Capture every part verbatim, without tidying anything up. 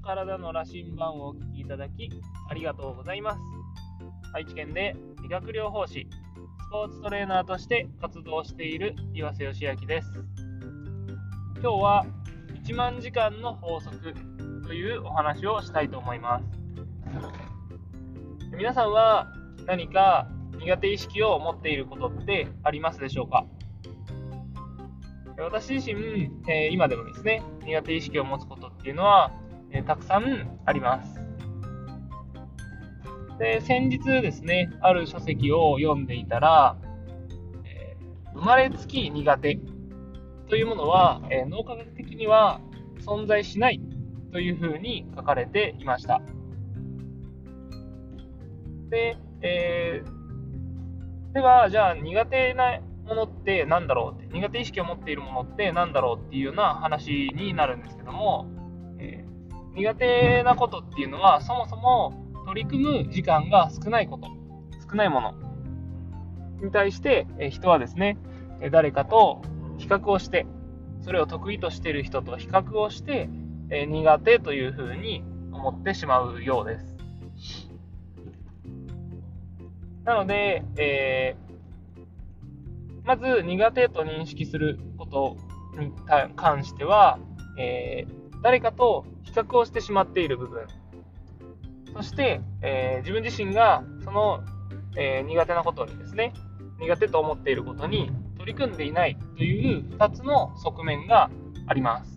体の羅針盤をお聞きいただきありがとうございます。愛知県で理学療法士、スポーツトレーナーとして活動している岩瀬義明です。今日はいちまん時間の法則というお話をしたいと思います。皆さんは何か苦手意識を持っていることってありますでしょうか？私自身、えー、今でもですね、苦手意識を持つことっていうのは、えー、たくさんあります。で、先日ですね、ある書籍を読んでいたら、えー、生まれつき苦手というものは、えー、脳科学的には存在しないというふうに書かれていました。で、えー、では、じゃあ苦手なものって何だろうって、苦手意識を持っているものって何だろうっていうような話になるんですけども、えー、苦手なことっていうのはそもそも取り組む時間が少ないこと、少ないものに対して、えー、人はですね、誰かと比較をして、それを得意としている人と比較をして、えー、苦手というふうに思ってしまうようです。なので、えーまず苦手と認識することに関しては、えー、誰かと比較をしてしまっている部分、そして、えー、自分自身がその、えー、苦手なことにですね、苦手と思っていることに取り組んでいないというふたつの側面があります。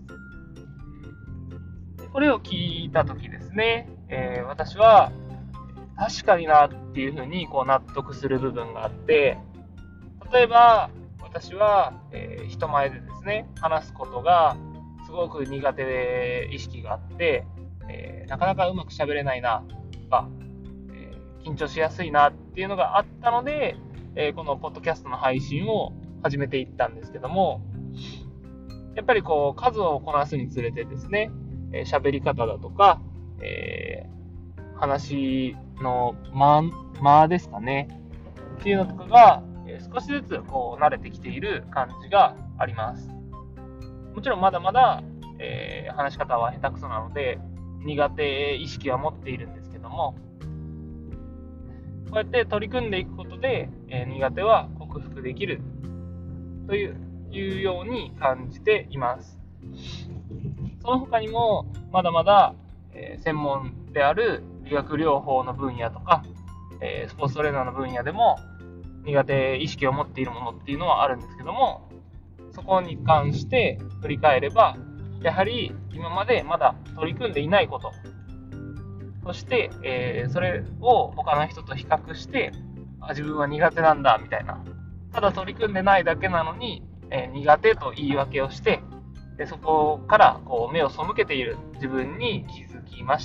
これを聞いたときですね、えー、私は確かになっていうふうにこう納得する部分があって、例えば私は、えー、人前でですね話すことがすごく苦手意識があって、えー、なかなかうまく喋れないなとか、えー、緊張しやすいなっていうのがあったので、えー、このポッドキャストの配信を始めていったんですけども、やっぱりこう数をこなすにつれてですね、えー、喋り方だとか、えー、話の間、間ですかねっていうのとかが少しずつこう慣れてきている感じがあります。もちろんまだまだ、えー、話し方は下手くそなので苦手意識は持っているんですけども、こうやって取り組んでいくことで、えー、苦手は克服できるという、いうように感じています。その他にもまだまだ、えー、専門である理学療法の分野とか、えー、スポーツトレーナーの分野でも苦手意識を持っているものっていうのはあるんですけども、そこに関して振り返ればやはり今までまだ取り組んでいないこと、そして、えー、それを他の人と比較してあ自分は苦手なんだみたいな、ただ取り組んでないだけなのに、えー、苦手と言い訳をしてでそこからこう目を背けている自分に気づきました。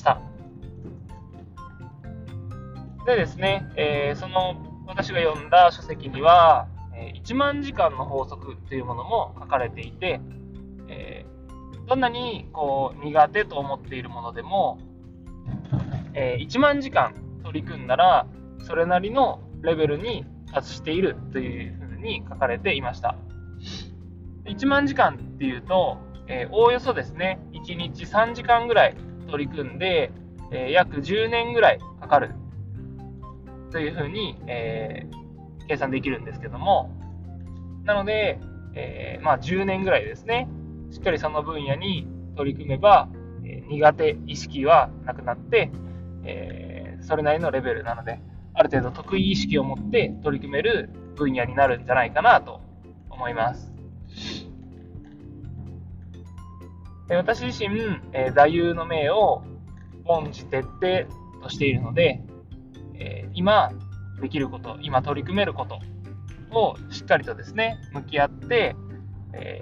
でですね、えー、その私が読んだ書籍には、いちまん時間の法則というものも書かれていて、えー、どんなにこう苦手と思っているものでも、えー、いちまん時間取り組んだらそれなりのレベルに達しているというふうに書かれていました。いちまん時間っていうと、えー、おおよそですねいちにちさんじかんぐらい取り組んで、えー、約じゅうねんぐらいかかるというふうに、えー、計算できるんですけども、なので、えーまあ、じゅうねんぐらいですね、しっかりその分野に取り組めば、えー、苦手意識はなくなって、えー、それなりのレベルなので、ある程度得意意識を持って取り組める分野になるんじゃないかなと思います。私自身、えー、座右の銘を凡事徹底としているので、えー、今できること、今取り組めることをしっかりとですね向き合って、え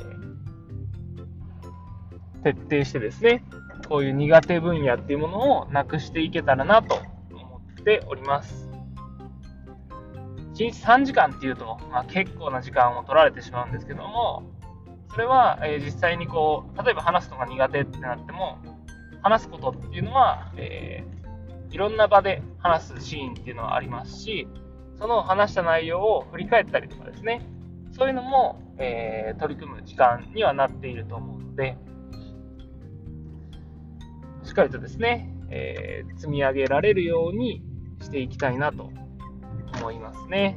ー、徹底してですねこういう苦手分野っていうものをなくしていけたらなと思っております。いちにちさんじかんっていうと、まあ、結構な時間を取られてしまうんですけども、それは、えー、実際にこう例えば話すのが苦手ってなっても、話すことっていうのは、えー、いろんな場で話すシーンっていうのはありますし、その話した内容を振り返ったりとかですね、そういうのも、えー、取り組む時間にはなっていると思うので、 しっかりとですね、えー、積み上げられるようにしていきたいなと思いますね。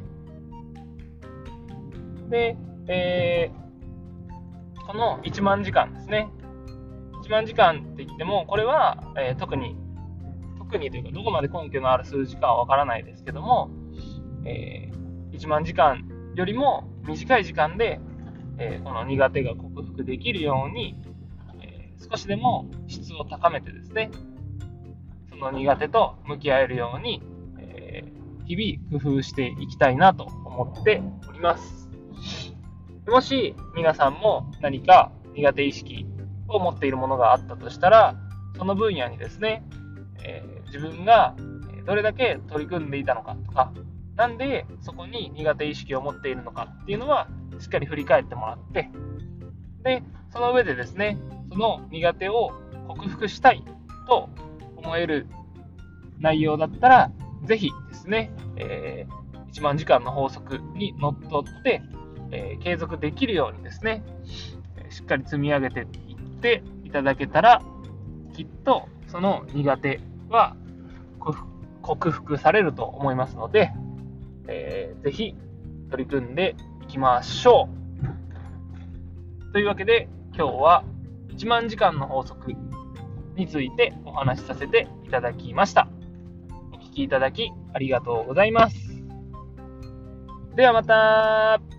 で、えー、このいちまんじかんですね。いちまんじかんって言っても、これは、えー、特に、特にというか、どこまで根拠のある数字かはわからないですけども、えー、いちまんじかんよりも短い時間で、えー、この苦手が克服できるように、えー、少しでも質を高めてですね、その苦手と向き合えるように、えー、日々工夫していきたいなと思っております。もし皆さんも何か苦手意識を持っているものがあったとしたら、その分野にですね、えー、自分がどれだけ取り組んでいたのかとか、なんでそこに苦手意識を持っているのかっていうのはしっかり振り返ってもらって、でその上でですね、その苦手を克服したいと思える内容だったら、ぜひですね、えー、いちまんじかんの法則にのっとって、えー、継続できるようにですね、しっかり積み上げていっていただけたら、きっとその苦手は克服されると思いますので、えー、ぜひ取り組んでいきましょう。というわけで、今日はいちまんじかんの法則についてお話しさせていただきました。お聞きいただきありがとうございます。ではまた。